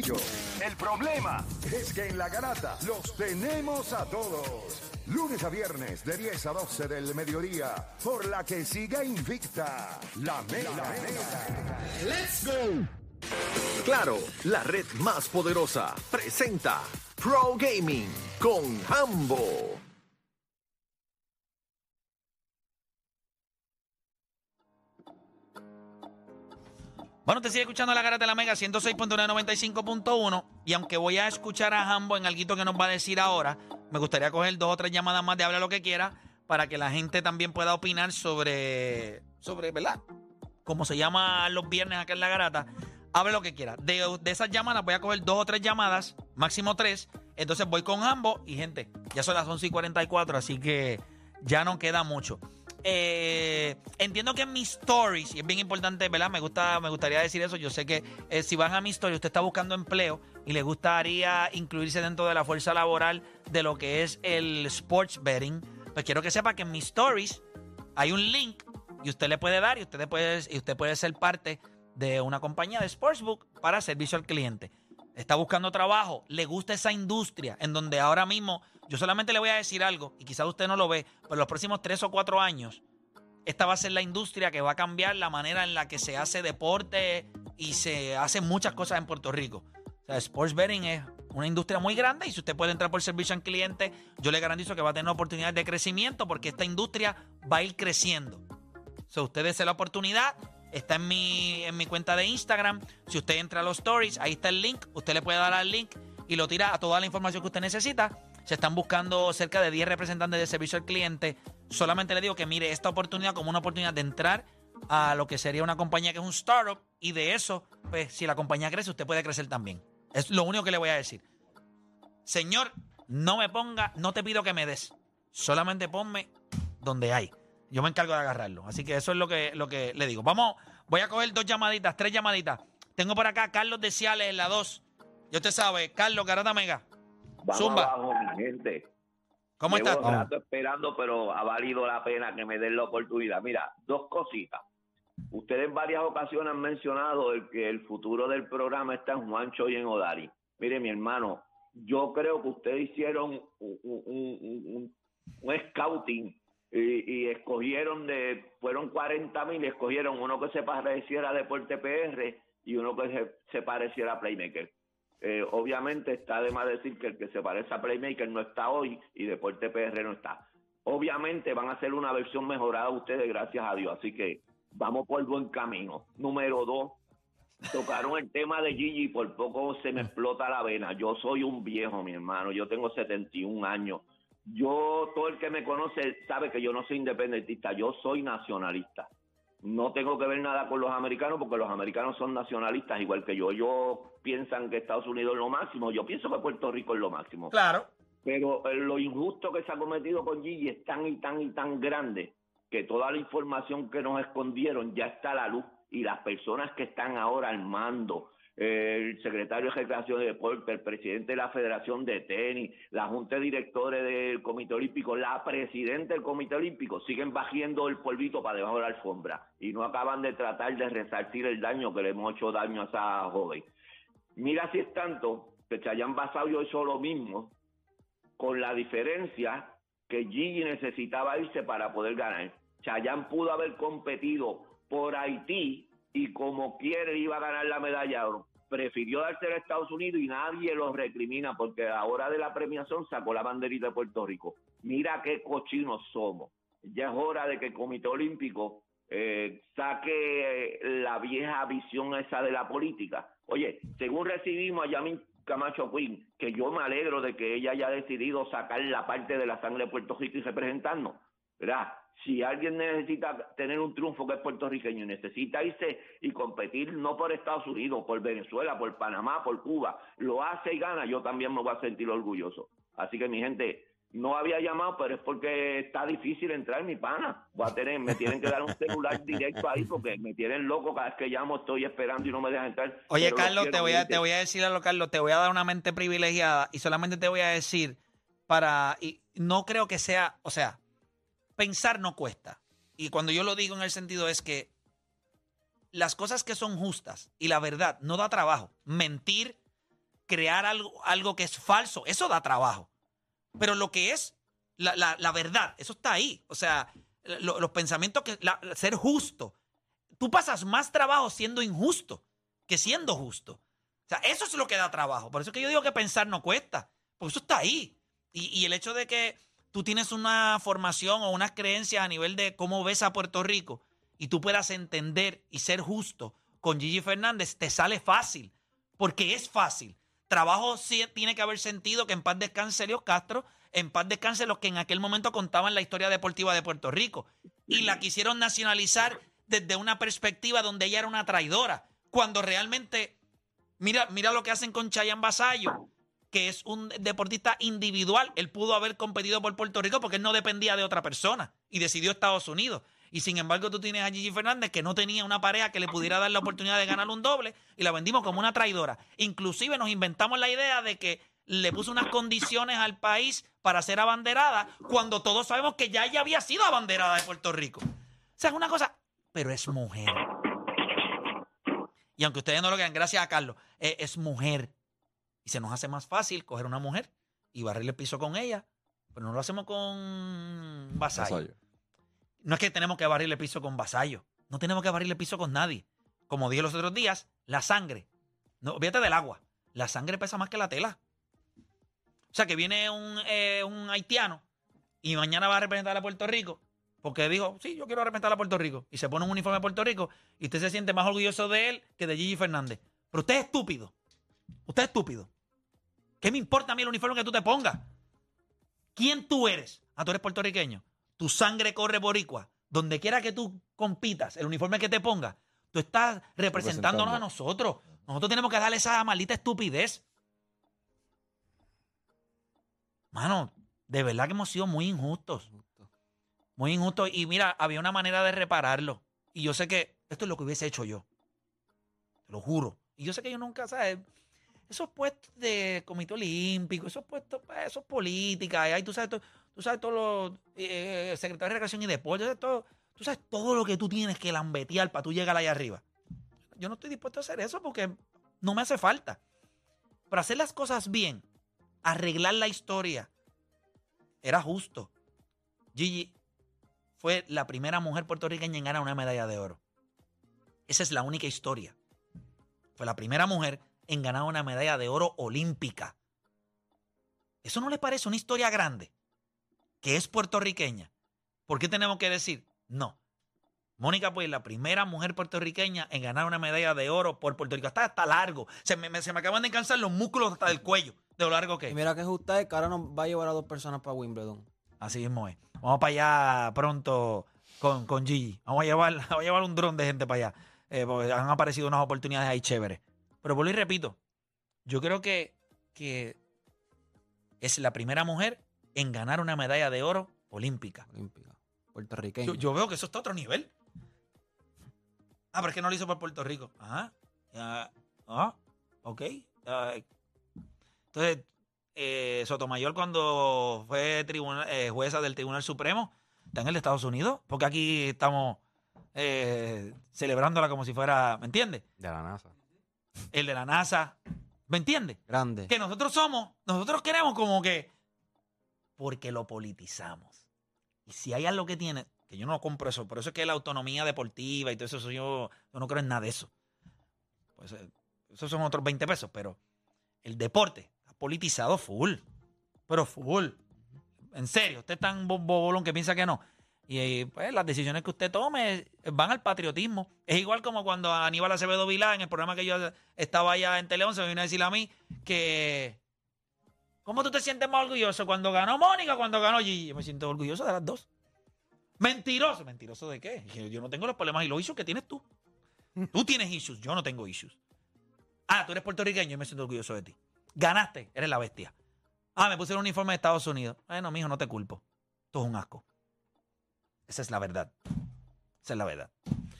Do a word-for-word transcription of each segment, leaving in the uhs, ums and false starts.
sencillo. El problema es que en La Garata los tenemos a todos. Lunes a viernes de diez a doce del mediodía, por la que siga invicta la Mega. ¡Let's go! Claro, la red más poderosa presenta Pro Gaming con Hambo. Bueno, te sigue escuchando La Garata de la Mega ciento seis punto nueve, noventa y cinco punto uno. Y aunque voy a escuchar a Hambo en algo que nos va a decir ahora, me gustaría coger dos o tres llamadas más de Habla lo que quiera para que la gente también pueda opinar sobre, sobre, ¿verdad? Como se llama los viernes acá en La Garata. Hable lo que quiera. De, de esas llamadas voy a coger dos o tres llamadas, máximo tres. Entonces voy con Hambo y, gente, ya son las once y cuarenta y cuatro, así que ya no queda mucho. Eh, entiendo que en mis stories, y es bien importante, ¿verdad? Me gusta, me gustaría decir eso. Yo sé que eh, si van a mi story, usted está buscando empleo y le gustaría incluirse dentro de la fuerza laboral de lo que es el sports betting, pues quiero que sepa que en mis stories hay un link y usted le puede dar y usted puede, y usted puede ser parte de una compañía de sportsbook para servicio al cliente. Está buscando trabajo, le gusta esa industria en donde ahora mismo, yo solamente le voy a decir algo, y quizás usted no lo ve, pero en los próximos tres o cuatro años, esta va a ser la industria que va a cambiar la manera en la que se hace deporte y se hacen muchas cosas en Puerto Rico. O sea, sports betting es una industria muy grande y si usted puede entrar por servicio al cliente, yo le garantizo que va a tener oportunidades de crecimiento porque esta industria va a ir creciendo. O sea, usted desea la oportunidad. Está en mi, en mi cuenta de Instagram. Si usted entra a los stories, ahí está el link. Usted le puede dar al link y lo tira a toda la información que usted necesita. Se están buscando cerca de diez representantes de servicio al cliente. Solamente le digo que mire esta oportunidad como una oportunidad de entrar a lo que sería una compañía que es un startup. Y de eso, pues, si la compañía crece, usted puede crecer también. Es lo único que le voy a decir. Señor, no me ponga, no te pido que me des. Solamente ponme donde hay. Yo me encargo de agarrarlo. Así que eso es lo que, lo que le digo. Vamos, voy a coger dos llamaditas, tres llamaditas. Tengo por acá a Carlos de Ciales en la dos. Ya usted sabe, Carlos, Garata Mega. Vamos Zumba. abajo, mi gente. ¿Cómo Llevo estás? un rato esperando, pero ha valido la pena que me den la oportunidad. Mira, dos cositas. Ustedes en varias ocasiones han mencionado el que el futuro del programa está en Juancho y en Odari. Mire, mi hermano, yo creo que ustedes hicieron un, un, un, un, un scouting y, y escogieron de, fueron cuarenta mil, escogieron uno que se pareciera a Deporte P R y uno que se, se pareciera a Playmaker. Eh, obviamente está de más decir que el que se parece a Playmaker no está hoy y Deporte P R no está. Obviamente van a hacer una versión mejorada ustedes, gracias a Dios, así que vamos por buen camino. Número dos, tocaron el tema de Gigi, por poco se me explota la vena. Yo soy un viejo, mi hermano, yo tengo setenta y un años. Yo, todo el que me conoce sabe que yo no soy independentista, yo soy nacionalista. No tengo que ver nada con los americanos porque los americanos son nacionalistas igual que yo. Ellos piensan que Estados Unidos es lo máximo, yo pienso que Puerto Rico es lo máximo. Claro. Pero eh, lo injusto que se ha cometido con Gigi es tan y tan y tan grande que toda la información que nos escondieron ya está a la luz y las personas que están ahora al mando, eh, el secretario de Recreación y Deporte, el presidente de la Federación de Tenis, la Junta de Directores del Comité Olímpico, la presidenta del Comité Olímpico, siguen bajando el polvito para debajo de la alfombra y no acaban de tratar de resarcir el daño que le hemos hecho daño a esa joven. Mira si es tanto que Chayanne Basayo hizo lo mismo, con la diferencia que Gigi necesitaba irse para poder ganar. Chayanne pudo haber competido por Haití y como quiere iba a ganar la medalla de oro. Prefirió darse a Estados Unidos y nadie lo recrimina porque a la hora de la premiación sacó la banderita de Puerto Rico. Mira qué cochinos somos. Ya es hora de que el Comité Olímpico eh, saque la vieja visión esa de la política. Oye, según recibimos a Yamil Camacho Quinn, que yo me alegro de que ella haya decidido sacar la parte de la sangre de Puerto Rico y representarnos, ¿verdad? Si alguien necesita tener un triunfo que es puertorriqueño y necesita irse y competir no por Estados Unidos, por Venezuela, por Panamá, por Cuba, lo hace y gana, yo también me voy a sentir orgulloso. Así que mi gente, no había llamado, pero es porque está difícil entrar, mi pana. Voy a tener, me tienen que dar un celular directo ahí porque me tienen loco cada vez que llamo, estoy esperando y no me dejan entrar. Oye, Pero Carlos, quiero, te voy, a, gente. te voy a decir algo, Carlos, te voy a dar una mente privilegiada y solamente te voy a decir para, y no creo que sea, o sea, pensar no cuesta. Y cuando yo lo digo en el sentido es que las cosas que son justas y la verdad no da trabajo. Mentir, crear algo, algo que es falso, eso da trabajo. Pero lo que es la, la, la verdad, eso está ahí. O sea, lo, los pensamientos, que la, ser justo. Tú pasas más trabajo siendo injusto que siendo justo. O sea, eso es lo que da trabajo. Por eso es que yo digo que pensar no cuesta, porque eso está ahí. Y, y el hecho de que tú tienes una formación o unas creencias a nivel de cómo ves a Puerto Rico y tú puedas entender y ser justo con Gigi Fernández, te sale fácil, porque es fácil. Trabajo sí tiene que haber sentido que en paz descanse Elios Castro, en paz descanse los que en aquel momento contaban la historia deportiva de Puerto Rico y la quisieron nacionalizar desde una perspectiva donde ella era una traidora, cuando realmente, mira, mira lo que hacen con Chayanne Basayo, que es un deportista individual. Él pudo haber competido por Puerto Rico porque él no dependía de otra persona y decidió Estados Unidos. Y sin embargo tú tienes a Gigi Fernández que no tenía una pareja que le pudiera dar la oportunidad de ganar un doble y la vendimos como una traidora. Inclusive nos inventamos la idea de que le puso unas condiciones al país para ser abanderada cuando todos sabemos que ya ella había sido abanderada de Puerto Rico. O sea, es una cosa, pero es mujer. Y aunque ustedes no lo crean, gracias a Carlos, eh, es mujer. Y se nos hace más fácil coger una mujer y barrerle el piso con ella, pero no lo hacemos con Basayo. Basayo. No es que tenemos que barrerle el piso con Basayo. No tenemos que barrerle el piso con nadie. Como dije los otros días, la sangre. No, olvídate del agua. La sangre pesa más que la tela. O sea, que viene un, eh, un haitiano y mañana va a representar a Puerto Rico porque dijo, sí, yo quiero representar a Puerto Rico. Y se pone un uniforme de Puerto Rico y usted se siente más orgulloso de él que de Gigi Fernández. Pero usted es estúpido. Usted es estúpido. ¿Qué me importa a mí el uniforme que tú te pongas? ¿Quién tú eres? Ah, tú eres puertorriqueño. Tu sangre corre boricua. Donde quiera que tú compitas, el uniforme que te pongas, tú estás representándonos a nosotros. Nosotros tenemos que darle esa maldita estupidez. Mano, de verdad que hemos sido muy injustos. Muy injustos. Y mira, había una manera de repararlo. Y yo sé que esto es lo que hubiese hecho yo. Te lo juro. Y yo sé que yo nunca, ¿sabes? Esos puestos de comité olímpico, esos puestos, pues, eso es política. Y ahí tú sabes, tú, tú sabes todos los eh, secretarios de Recreación y Deporte, ¿sabes? Todo, tú sabes todo lo que tú tienes que lambetear para tú llegar allá arriba. Yo no estoy dispuesto a hacer eso porque no me hace falta. Pero hacer las cosas bien, arreglar la historia, era justo. Gigi fue la primera mujer puertorriqueña en ganar una medalla de oro. Esa es la única historia. Fue la primera mujer en ganar una medalla de oro olímpica. ¿Eso no les parece una historia grande? Que es puertorriqueña. ¿Por qué tenemos que decir? No. Mónica, pues, la primera mujer puertorriqueña en ganar una medalla de oro por Puerto Rico. Está hasta largo. Se me, me, se me acaban de cansar los músculos hasta del cuello, de lo largo que es. Y mira que justa es que ahora nos va a llevar a dos personas para Wimbledon. Así mismo es. Vamos para allá pronto con, con Gigi. Vamos a llevar, vamos a llevar un dron de gente para allá. Eh, porque han aparecido unas oportunidades ahí chéveres. Pero vuelvo y repito, yo creo que, que es la primera mujer en ganar una medalla de oro olímpica. Olímpica. Puertorriqueña. Yo, yo veo que eso está a otro nivel. Ah, pero es que no lo hizo por Puerto Rico. Ajá. Ah, ah, ok. Ah, entonces, eh, Sotomayor, cuando fue tribunal, eh, jueza del Tribunal Supremo, está en el de Estados Unidos, porque aquí estamos eh, celebrándola como si fuera, ¿me entiendes? De la NASA. El de la NASA, ¿me entiendes? Grande. Que nosotros somos, nosotros queremos como que, porque lo politizamos. Y si hay algo que tiene, que yo no compro eso, por eso es que la autonomía deportiva y todo eso, eso yo, yo no creo en nada de eso. Pues, esos son otros veinte pesos, pero el deporte ha politizado full, pero full. En serio, usted es tan bobolón que piensa que no. Y pues las decisiones que usted tome van al patriotismo. Es igual como cuando Aníbal Acevedo Vilá, en el programa que yo estaba allá en Teleón, se me vino a decir a mí que ¿cómo tú te sientes más orgulloso cuando ganó Mónica o cuando ganó Gigi? Yo me siento orgulloso de las dos. Mentiroso. ¿Mentiroso de qué? Yo no tengo los problemas y los issues que tienes tú. Tú tienes issues, yo no tengo issues. Ah, tú eres puertorriqueño y me siento orgulloso de ti. Ganaste, eres la bestia. Ah, me puse el uniforme de Estados Unidos. Bueno, mijo, no te culpo. Esto es un asco. Esa es la verdad. Esa es la verdad.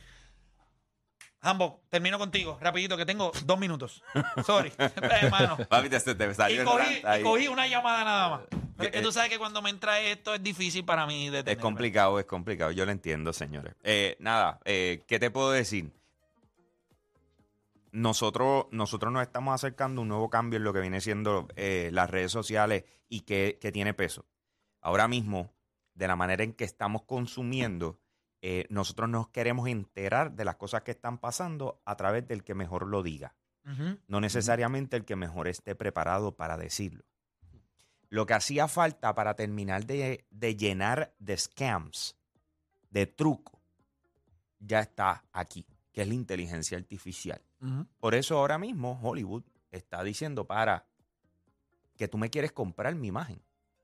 Jambo, termino contigo, rapidito, que tengo dos minutos. Sorry, hermano. Papi, te, te salió y, cogí, y cogí una llamada nada más. Pero es que tú sabes que cuando me entra esto es difícil para mí detenerme. Es complicado, es complicado. Yo lo entiendo, señores. Eh, nada, eh, ¿qué te puedo decir? nosotros, nosotros nos estamos acercando a un nuevo cambio en lo que viene siendo eh, las redes sociales y que, que tiene peso. Ahora mismo, de la manera en que estamos consumiendo, eh, nosotros nos queremos enterar de las cosas que están pasando a través del que mejor lo diga. Ujú. No necesariamente el que mejor esté preparado para decirlo. Lo que hacía falta para terminar de, de llenar de scams, de truco, ya está aquí, que es la inteligencia artificial. Ujú. Por eso ahora mismo Hollywood está diciendo para que tú me quieres comprar mi imagen,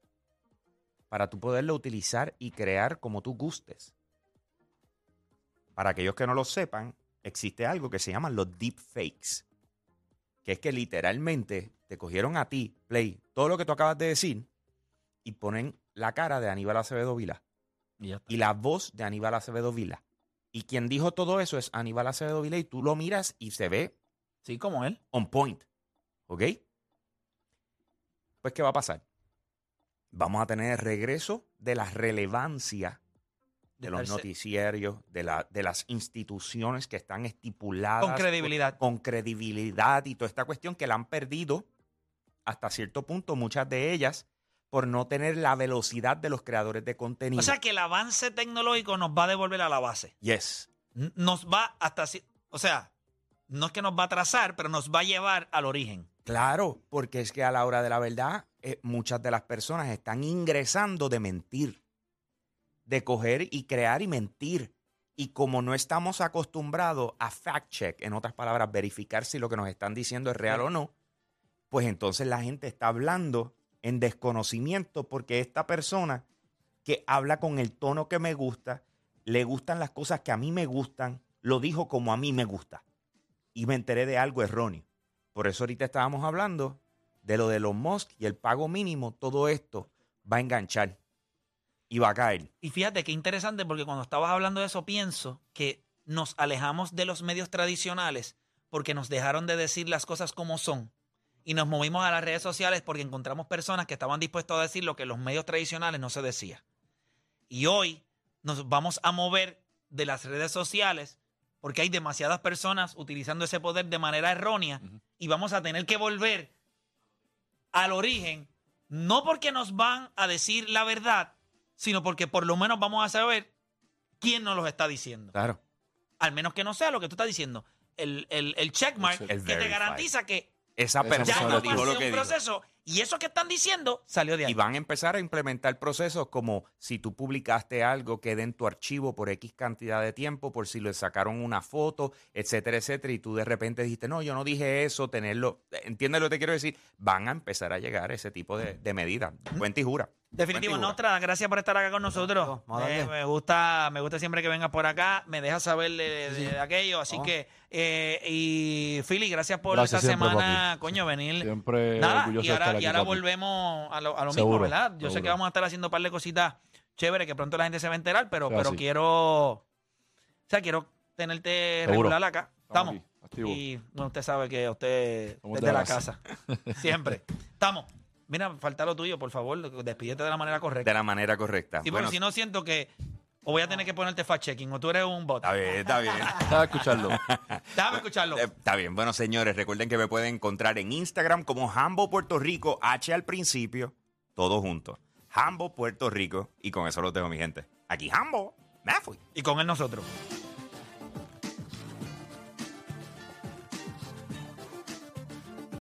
para tú poderla utilizar y crear como tú gustes. Para aquellos que no lo sepan, existe algo que se llaman los deepfakes, que es que literalmente te cogieron a ti, Play, todo lo que tú acabas de decir y ponen la cara de Aníbal Acevedo Vilá Y ya está. y la voz de Aníbal Acevedo Vilá. Y quien dijo todo eso es Aníbal Acevedo Vilá y tú lo miras y se ve Sí, como él. on point. ¿Ok? Pues, ¿qué va a pasar? Vamos a tener el regreso de la relevancia de los estarse- noticiarios, de, la, de las instituciones que están estipuladas. Con credibilidad. Con, con credibilidad y toda esta cuestión que la han perdido hasta cierto punto, muchas de ellas, por no tener la velocidad de los creadores de contenido. O sea que el avance tecnológico nos va a devolver a la base. yes. N- Nos va hasta... ci- O sea, no es que nos va a atrasar, pero nos va a llevar al origen. Claro, porque es que a la hora de la verdad, eh, muchas de las personas están ingresando de mentir, de coger y crear y mentir. Y como no estamos acostumbrados a fact check, en otras palabras, verificar si lo que nos están diciendo es real Sí. o no, pues entonces la gente está hablando en desconocimiento porque esta persona que habla con el tono que me gusta, le gustan las cosas que a mí me gustan, lo dijo como a mí me gusta. Y me enteré de algo erróneo. Por eso ahorita estábamos hablando de lo de Elon Musk y el pago mínimo. Todo esto va a enganchar y va a caer. Y fíjate qué interesante, porque cuando estabas hablando de eso, pienso que nos alejamos de los medios tradicionales porque nos dejaron de decir las cosas como son. Y nos movimos a las redes sociales porque encontramos personas que estaban dispuestas a decir lo que los medios tradicionales no se decía. Y hoy nos vamos a mover de las redes sociales porque hay demasiadas personas utilizando ese poder de manera errónea y vamos a tener que volver al origen, no porque nos van a decir la verdad, sino porque por lo menos vamos a saber quién nos los está diciendo. Claro. Al menos que no sea lo que tú estás diciendo. El, el, el checkmark El que te verified. garantiza que Esa Esa ya persona persona no dijo pasé lo un que dijo. proceso y eso que están diciendo salió de ahí. Y van a empezar a implementar procesos como si tú publicaste algo, quede en tu archivo por X cantidad de tiempo, por si le sacaron una foto, etcétera, etcétera, y tú de repente dijiste, no, yo no dije eso, tenerlo. ¿Entiendes lo que te quiero decir? Van a empezar a llegar ese tipo de, de medidas. Cuenta y jura. Definitivo, Cuenta y jura. Nostra, gracias por estar acá con nosotros. Vamos a Eh, darle. me gusta, me gusta siempre que vengas por acá, me dejas saber de, de- Sí. de aquello, así Vamos. que eh, y Philly, gracias por Gracias esta siempre, semana, papi. coño, venir. Siempre Nada, orgulloso y de ahora, estar y aquí, ahora papi. volvemos a lo, a lo mismo, Seguro, ¿verdad? Yo sé seguro. que vamos a estar haciendo un par de cositas chéveres que pronto la gente se va a enterar, pero, Sea pero así. quiero, o sea, quiero tenerte Seguro. regular acá. Estamos. aquí, activos. Y bueno, usted sabe que usted Somos desde de la la casa. Siempre. Estamos. Mira, falta lo tuyo, por favor. Despídete de la manera correcta. De la manera correcta. Sí, Bueno, porque si no siento que o voy a tener que ponerte fact-checking o tú eres un bot. está bien, está bien. Déjame escucharlo. Déjame escucharlo. Eh, Está bien. Bueno, señores, recuerden que me pueden encontrar en Instagram como Hambo Puerto Rico, H al principio, todo junto. Hambo Puerto Rico. Y con eso lo dejo, mi gente. Aquí Hambo. Me fui. Y con él nosotros.